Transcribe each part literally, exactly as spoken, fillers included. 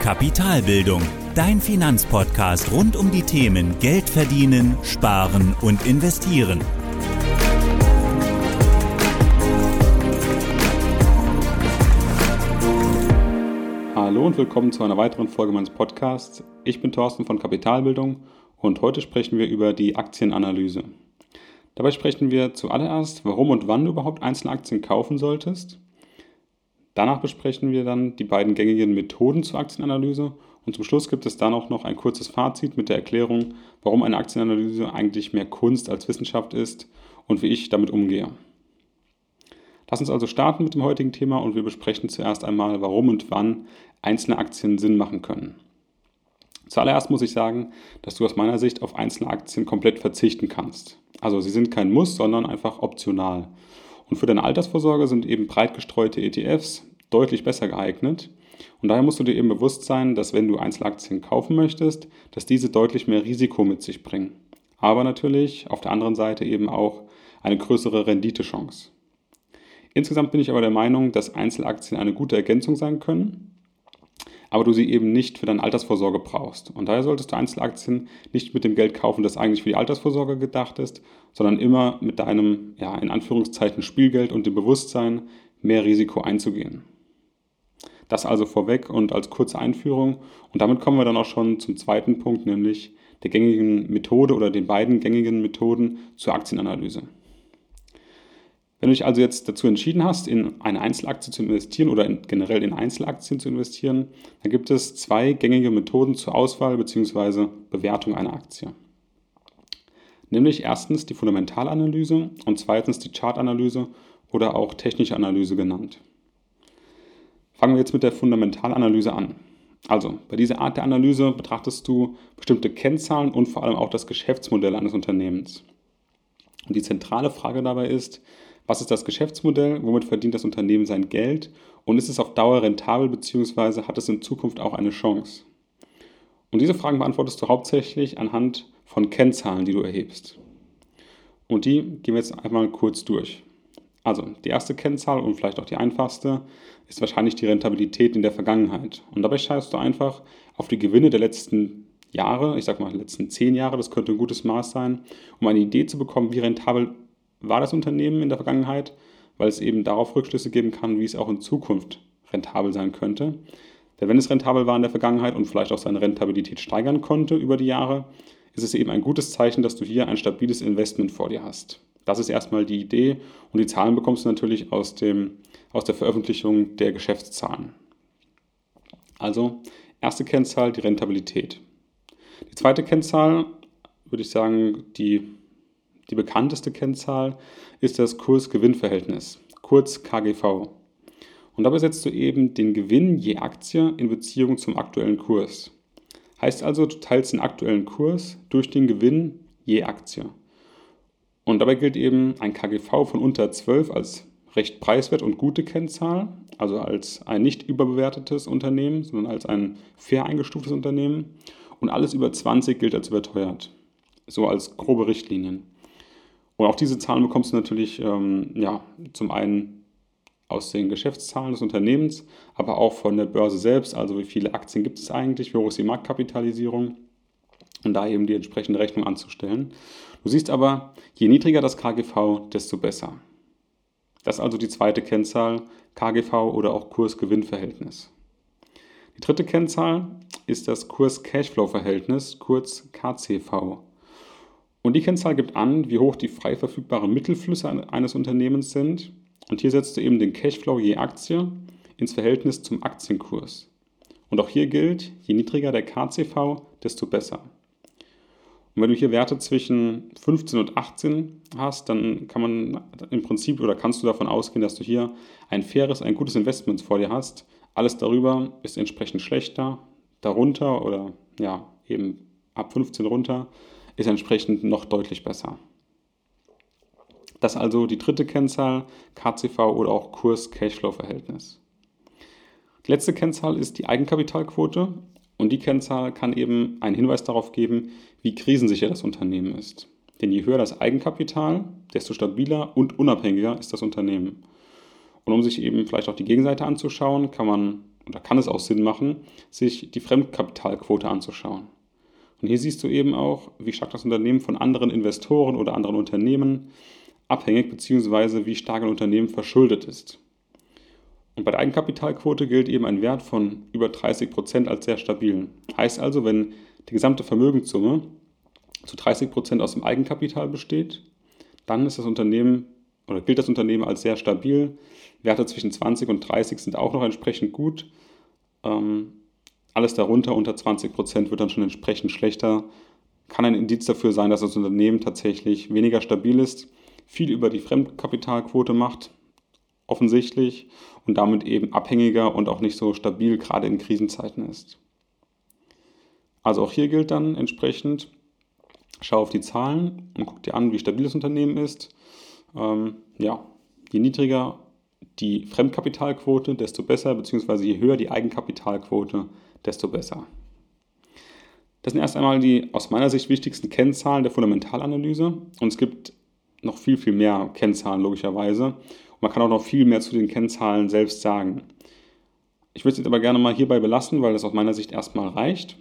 Kapitalbildung, dein Finanzpodcast rund um die Themen Geld verdienen, sparen und investieren. Hallo und willkommen zu einer weiteren Folge meines Podcasts. Ich bin Thorsten von Kapitalbildung und heute sprechen wir über die Aktienanalyse. Dabei sprechen wir zuallererst, warum und wann du überhaupt einzelne Aktien kaufen solltest. Danach besprechen wir dann die beiden gängigen Methoden zur Aktienanalyse und zum Schluss gibt es dann auch noch ein kurzes Fazit mit der Erklärung, warum eine Aktienanalyse eigentlich mehr Kunst als Wissenschaft ist und wie ich damit umgehe. Lass uns also starten mit dem heutigen Thema und wir besprechen zuerst einmal, warum und wann einzelne Aktien Sinn machen können. Zuallererst muss ich sagen, dass du aus meiner Sicht auf einzelne Aktien komplett verzichten kannst. Also sie sind kein Muss, sondern einfach optional. Und für deine Altersvorsorge sind eben breit gestreute E T Fs deutlich besser geeignet. Und daher musst du dir eben bewusst sein, dass wenn du Einzelaktien kaufen möchtest, dass diese deutlich mehr Risiko mit sich bringen. Aber natürlich auf der anderen Seite eben auch eine größere Renditechance. Insgesamt bin ich aber der Meinung, dass Einzelaktien eine gute Ergänzung sein können, aber du sie eben nicht für deine Altersvorsorge brauchst. Und daher solltest du Einzelaktien nicht mit dem Geld kaufen, das eigentlich für die Altersvorsorge gedacht ist, sondern immer mit deinem, ja, in Anführungszeichen Spielgeld und dem Bewusstsein, mehr Risiko einzugehen. Das also vorweg und als kurze Einführung. Und damit kommen wir dann auch schon zum zweiten Punkt, nämlich der gängigen Methode oder den beiden gängigen Methoden zur Aktienanalyse. Wenn du dich also jetzt dazu entschieden hast, in eine Einzelaktie zu investieren oder in, generell in Einzelaktien zu investieren, dann gibt es zwei gängige Methoden zur Auswahl bzw. Bewertung einer Aktie. Nämlich erstens die Fundamentalanalyse und zweitens die Chartanalyse oder auch technische Analyse genannt. Fangen wir jetzt mit der Fundamentalanalyse an. Also, bei dieser Art der Analyse betrachtest du bestimmte Kennzahlen und vor allem auch das Geschäftsmodell eines Unternehmens. Und die zentrale Frage dabei ist, was ist das Geschäftsmodell, womit verdient das Unternehmen sein Geld und ist es auf Dauer rentabel bzw. hat es in Zukunft auch eine Chance? Und diese Fragen beantwortest du hauptsächlich anhand von Kennzahlen, die du erhebst. Und die gehen wir jetzt einmal kurz durch. Also die erste Kennzahl und vielleicht auch die einfachste ist wahrscheinlich die Rentabilität in der Vergangenheit. Und dabei schaust du einfach auf die Gewinne der letzten Jahre, ich sage mal die letzten zehn Jahre, das könnte ein gutes Maß sein, um eine Idee zu bekommen, wie rentabel war das Unternehmen in der Vergangenheit, weil es eben darauf Rückschlüsse geben kann, wie es auch in Zukunft rentabel sein könnte. Denn wenn es rentabel war in der Vergangenheit und vielleicht auch seine Rentabilität steigern konnte über die Jahre, ist es eben ein gutes Zeichen, dass du hier ein stabiles Investment vor dir hast. Das ist erstmal die Idee und die Zahlen bekommst du natürlich aus, dem, aus der Veröffentlichung der Geschäftszahlen. Also, erste Kennzahl, die Rentabilität. Die zweite Kennzahl, würde ich sagen, die, die bekannteste Kennzahl, ist das Kurs-Gewinn-Verhältnis, kurz K G V. Und dabei setzt du eben den Gewinn je Aktie in Beziehung zum aktuellen Kurs. Heißt also, du teilst den aktuellen Kurs durch den Gewinn je Aktie. Und dabei gilt eben ein K G V von unter zwölf als recht preiswert und gute Kennzahl, also als ein nicht überbewertetes Unternehmen, sondern als ein fair eingestuftes Unternehmen. Und alles über zwanzig gilt als überteuert, so als grobe Richtlinien. Und auch diese Zahlen bekommst du natürlich ähm, ja, zum einen aus den Geschäftszahlen des Unternehmens, aber auch von der Börse selbst, also wie viele Aktien gibt es eigentlich, wie hoch ist die Marktkapitalisierung und da eben die entsprechende Rechnung anzustellen. Du siehst aber, je niedriger das K G V, desto besser. Das ist also die zweite Kennzahl, K G V oder auch Kurs-Gewinn-Verhältnis. Die dritte Kennzahl ist das Kurs-Cashflow-Verhältnis, kurz K C V. Und die Kennzahl gibt an, wie hoch die frei verfügbaren Mittelflüsse eines Unternehmens sind. Und hier setzt du eben den Cashflow je Aktie ins Verhältnis zum Aktienkurs. Und auch hier gilt, je niedriger der K C V, desto besser. Und wenn du hier Werte zwischen fünfzehn und achtzehn hast, dann kann man im Prinzip oder kannst du davon ausgehen, dass du hier ein faires, ein gutes Investment vor dir hast. Alles darüber ist entsprechend schlechter, darunter oder ja eben ab fünfzehn runter ist entsprechend noch deutlich besser. Das ist also die dritte Kennzahl, K C V oder auch Kurs-Cashflow-Verhältnis. Die letzte Kennzahl ist die Eigenkapitalquote. Und die Kennzahl kann eben einen Hinweis darauf geben, wie krisensicher das Unternehmen ist. Denn je höher das Eigenkapital, desto stabiler und unabhängiger ist das Unternehmen. Und um sich eben vielleicht auch die Gegenseite anzuschauen, kann man oder kann es auch Sinn machen, sich die Fremdkapitalquote anzuschauen. Und hier siehst du eben auch, wie stark das Unternehmen von anderen Investoren oder anderen Unternehmen abhängig bzw. wie stark ein Unternehmen verschuldet ist. Und bei der Eigenkapitalquote gilt eben ein Wert von über dreißig Prozent als sehr stabil. Heißt also, wenn die gesamte Vermögenssumme zu dreißig Prozent aus dem Eigenkapital besteht, dann ist das Unternehmen oder gilt das Unternehmen als sehr stabil. Werte zwischen zwanzig und dreißig sind auch noch entsprechend gut. Ähm, alles darunter, unter zwanzig Prozent, wird dann schon entsprechend schlechter. Kann ein Indiz dafür sein, dass das Unternehmen tatsächlich weniger stabil ist, viel über die Fremdkapitalquote macht, offensichtlich, und damit eben abhängiger und auch nicht so stabil, gerade in Krisenzeiten ist. Also auch hier gilt dann entsprechend, schau auf die Zahlen und guck dir an, wie stabil das Unternehmen ist. Ähm, ja, je niedriger die Fremdkapitalquote, desto besser, beziehungsweise je höher die Eigenkapitalquote, desto besser. Das sind erst einmal die aus meiner Sicht wichtigsten Kennzahlen der Fundamentalanalyse, und es gibt noch viel, viel mehr Kennzahlen logischerweise, und man kann auch noch viel mehr zu den Kennzahlen selbst sagen. Ich würde es jetzt aber gerne mal hierbei belassen, weil das aus meiner Sicht erstmal reicht,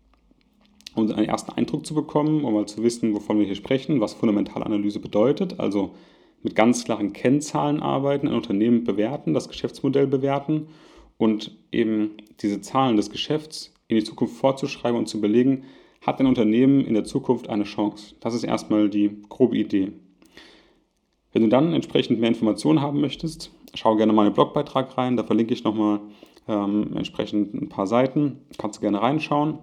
um einen ersten Eindruck zu bekommen, um mal zu wissen, wovon wir hier sprechen, was Fundamentalanalyse bedeutet, also mit ganz klaren Kennzahlen arbeiten, ein Unternehmen bewerten, das Geschäftsmodell bewerten und eben diese Zahlen des Geschäfts in die Zukunft vorzuschreiben und zu belegen, hat ein Unternehmen in der Zukunft eine Chance. Das ist erstmal die grobe Idee. Wenn du dann entsprechend mehr Informationen haben möchtest, schau gerne mal in den Blogbeitrag rein, da verlinke ich nochmal ähm, entsprechend ein paar Seiten, kannst du gerne reinschauen.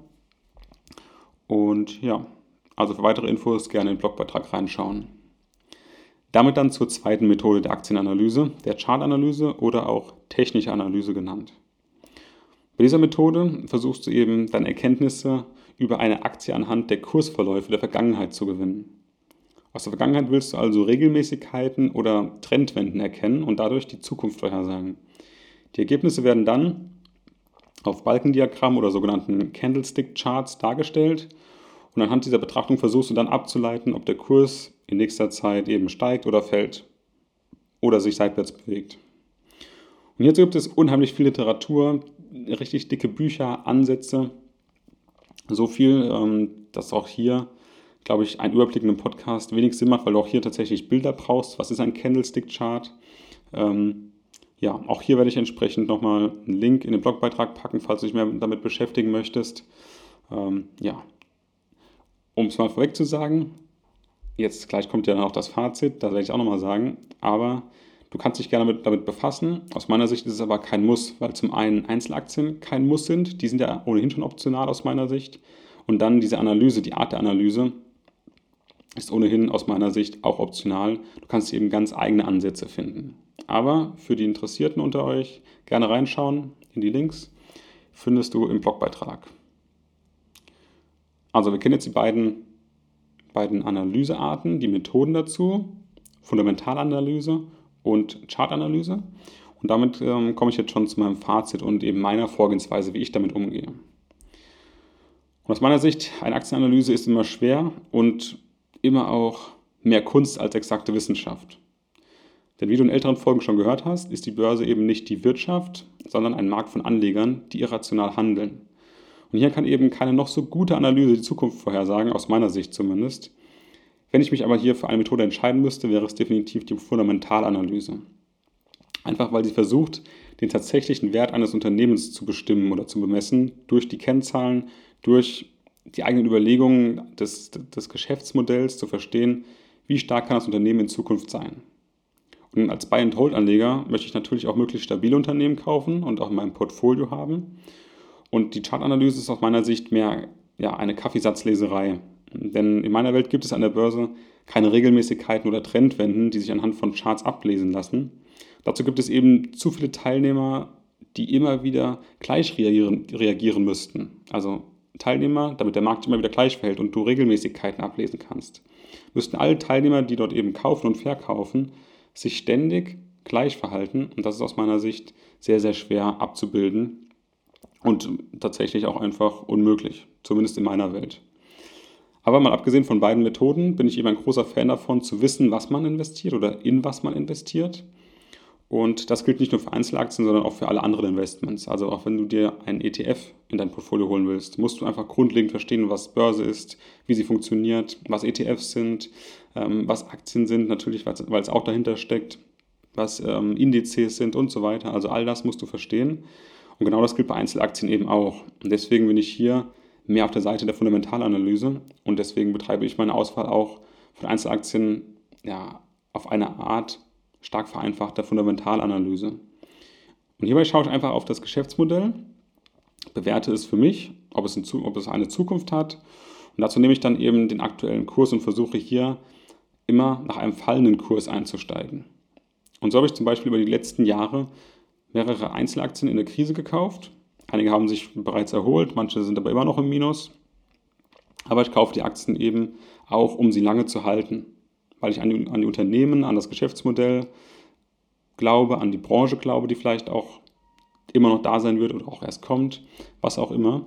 Und ja, also für weitere Infos gerne in den Blogbeitrag reinschauen. Damit dann zur zweiten Methode der Aktienanalyse, der Chartanalyse oder auch technische Analyse genannt. Bei dieser Methode versuchst du eben deine Erkenntnisse über eine Aktie anhand der Kursverläufe der Vergangenheit zu gewinnen. Aus der Vergangenheit willst du also Regelmäßigkeiten oder Trendwenden erkennen und dadurch die Zukunft vorhersagen. Die Ergebnisse werden dann auf Balkendiagrammen oder sogenannten Candlestick-Charts dargestellt, und anhand dieser Betrachtung versuchst du dann abzuleiten, ob der Kurs in nächster Zeit eben steigt oder fällt oder sich seitwärts bewegt. Und hierzu gibt es unheimlich viel Literatur, richtig dicke Bücher, Ansätze, so viel, dass auch hier, glaube ich, ein Überblick in einem Podcast wenig Sinn macht, weil du auch hier tatsächlich Bilder brauchst. Was ist ein Candlestick-Chart? Ähm, ja, auch hier werde ich entsprechend nochmal einen Link in den Blogbeitrag packen, falls du dich mehr damit beschäftigen möchtest. Ähm, ja, um es mal vorweg zu sagen, jetzt gleich kommt ja dann auch das Fazit, das werde ich auch nochmal sagen, aber du kannst dich gerne damit, damit befassen. Aus meiner Sicht ist es aber kein Muss, weil zum einen Einzelaktien kein Muss sind, die sind ja ohnehin schon optional aus meiner Sicht, und dann diese Analyse, die Art der Analyse ist ohnehin aus meiner Sicht auch optional. Du kannst eben ganz eigene Ansätze finden. Aber für die Interessierten unter euch gerne reinschauen in die Links, findest du im Blogbeitrag. Also wir kennen jetzt die beiden, beiden Analysearten, die Methoden dazu, Fundamentalanalyse und Chartanalyse. Und damit ähm, komme ich jetzt schon zu meinem Fazit und eben meiner Vorgehensweise, wie ich damit umgehe. Und aus meiner Sicht, eine Aktienanalyse ist immer schwer und immer auch mehr Kunst als exakte Wissenschaft. Denn wie du in älteren Folgen schon gehört hast, ist die Börse eben nicht die Wirtschaft, sondern ein Markt von Anlegern, die irrational handeln. Und hier kann eben keine noch so gute Analyse die Zukunft vorhersagen, aus meiner Sicht zumindest. Wenn ich mich aber hier für eine Methode entscheiden müsste, wäre es definitiv die Fundamentalanalyse. Einfach weil sie versucht, den tatsächlichen Wert eines Unternehmens zu bestimmen oder zu bemessen, durch die Kennzahlen, durch die eigenen Überlegungen des, des Geschäftsmodells zu verstehen, wie stark kann das Unternehmen in Zukunft sein. Und als Buy-and-Hold-Anleger möchte ich natürlich auch möglichst stabile Unternehmen kaufen und auch in meinem Portfolio haben. Und die Chartanalyse ist aus meiner Sicht mehr ja, eine Kaffeesatzleserei. Denn in meiner Welt gibt es an der Börse keine Regelmäßigkeiten oder Trendwenden, die sich anhand von Charts ablesen lassen. Dazu gibt es eben zu viele Teilnehmer, die immer wieder gleich reagieren, reagieren müssten. Also Teilnehmer, damit der Markt immer wieder gleich verhält und du Regelmäßigkeiten ablesen kannst. Müssten alle Teilnehmer, die dort eben kaufen und verkaufen, sich ständig gleich verhalten. Und das ist aus meiner Sicht sehr, sehr schwer abzubilden und tatsächlich auch einfach unmöglich, zumindest in meiner Welt. Aber mal abgesehen von beiden Methoden bin ich eben ein großer Fan davon, zu wissen, was man investiert oder in was man investiert. Und das gilt nicht nur für Einzelaktien, sondern auch für alle anderen Investments. Also auch wenn du dir einen E T F in dein Portfolio holen willst, musst du einfach grundlegend verstehen, was Börse ist, wie sie funktioniert, was E T Fs sind, ähm, was Aktien sind, natürlich, weil es auch dahinter steckt, was ähm, Indizes sind und so weiter. Also all das musst du verstehen. Und genau das gilt bei Einzelaktien eben auch. Und deswegen bin ich hier mehr auf der Seite der Fundamentalanalyse und deswegen betreibe ich meine Auswahl auch von Einzelaktien ja, auf eine Art stark vereinfachter Fundamentalanalyse. Und hierbei schaue ich einfach auf das Geschäftsmodell, bewerte es für mich, ob es, in, ob es eine Zukunft hat. Und dazu nehme ich dann eben den aktuellen Kurs und versuche hier immer nach einem fallenden Kurs einzusteigen. Und so habe ich zum Beispiel über die letzten Jahre mehrere Einzelaktien in der Krise gekauft. Einige haben sich bereits erholt, manche sind aber immer noch im Minus. Aber ich kaufe die Aktien eben auch, um sie lange zu halten, weil ich an die, an die Unternehmen, an das Geschäftsmodell glaube, an die Branche glaube, die vielleicht auch immer noch da sein wird oder auch erst kommt, was auch immer,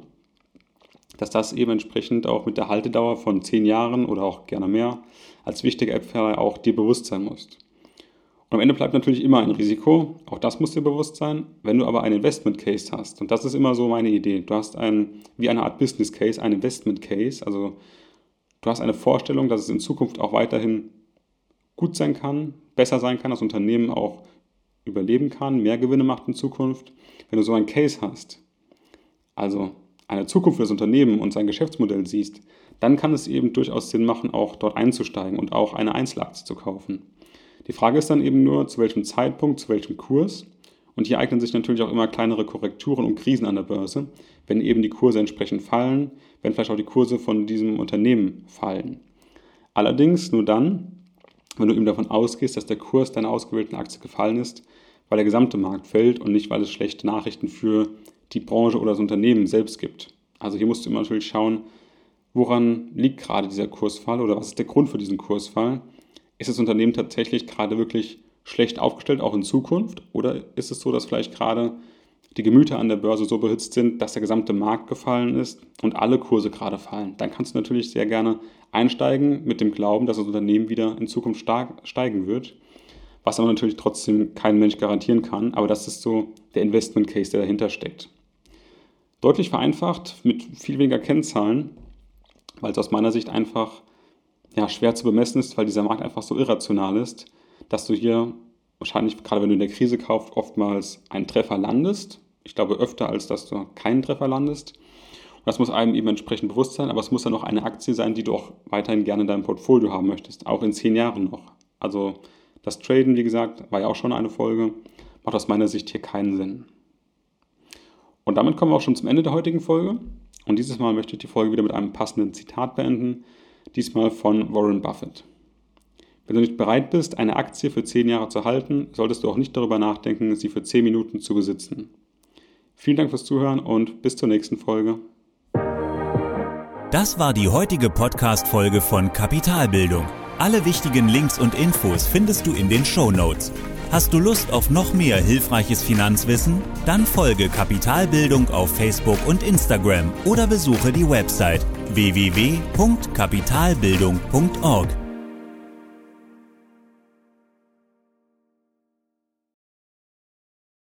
dass das eben entsprechend auch mit der Haltedauer von zehn Jahren oder auch gerne mehr als wichtiger App-Fahrer auch dir bewusst sein musst. Und am Ende bleibt natürlich immer ein Risiko, auch das muss dir bewusst sein, wenn du aber einen Investment Case hast. Und das ist immer so meine Idee. Du hast ein, wie eine Art Business Case, ein Investment Case, also du hast eine Vorstellung, dass es in Zukunft auch weiterhin gut sein kann, besser sein kann, das Unternehmen auch überleben kann, mehr Gewinne macht in Zukunft. Wenn du so einen Case hast, also eine Zukunft für das Unternehmen und sein Geschäftsmodell siehst, dann kann es eben durchaus Sinn machen, auch dort einzusteigen und auch eine Einzelaktie zu kaufen. Die Frage ist dann eben nur, zu welchem Zeitpunkt, zu welchem Kurs. Und hier eignen sich natürlich auch immer kleinere Korrekturen und Krisen an der Börse, wenn eben die Kurse entsprechend fallen, wenn vielleicht auch die Kurse von diesem Unternehmen fallen. Allerdings nur dann, wenn du eben davon ausgehst, dass der Kurs deiner ausgewählten Aktie gefallen ist, weil der gesamte Markt fällt und nicht, weil es schlechte Nachrichten für die Branche oder das Unternehmen selbst gibt. Also hier musst du immer natürlich schauen, woran liegt gerade dieser Kursfall oder was ist der Grund für diesen Kursfall? Ist das Unternehmen tatsächlich gerade wirklich schlecht aufgestellt, auch in Zukunft? Oder ist es so, dass vielleicht gerade die Gemüter an der Börse so behitzt sind, dass der gesamte Markt gefallen ist und alle Kurse gerade fallen? Dann kannst du natürlich sehr gerne einsteigen mit dem Glauben, dass das Unternehmen wieder in Zukunft stark steigen wird, was aber natürlich trotzdem kein Mensch garantieren kann. Aber das ist so der Investment Case, der dahinter steckt. Deutlich vereinfacht, mit viel weniger Kennzahlen, weil es aus meiner Sicht einfach ja, schwer zu bemessen ist, weil dieser Markt einfach so irrational ist, dass du hier wahrscheinlich, gerade wenn du in der Krise kaufst, oftmals einen Treffer landest. Ich glaube öfter, als dass du keinen Treffer landest. Und das muss einem eben entsprechend bewusst sein, aber es muss dann auch eine Aktie sein, die du auch weiterhin gerne in deinem Portfolio haben möchtest, auch in zehn Jahren noch. Also das Traden, wie gesagt, war ja auch schon eine Folge, macht aus meiner Sicht hier keinen Sinn. Und damit kommen wir auch schon zum Ende der heutigen Folge. Und dieses Mal möchte ich die Folge wieder mit einem passenden Zitat beenden, diesmal von Warren Buffett. Wenn du nicht bereit bist, eine Aktie für zehn Jahre zu halten, solltest du auch nicht darüber nachdenken, sie für zehn Minuten zu besitzen. Vielen Dank fürs Zuhören und bis zur nächsten Folge. Das war die heutige Podcast-Folge von Kapitalbildung. Alle wichtigen Links und Infos findest du in den Shownotes. Hast du Lust auf noch mehr hilfreiches Finanzwissen? Dann folge Kapitalbildung auf Facebook und Instagram oder besuche die Website w w w punkt kapitalbildung punkt org.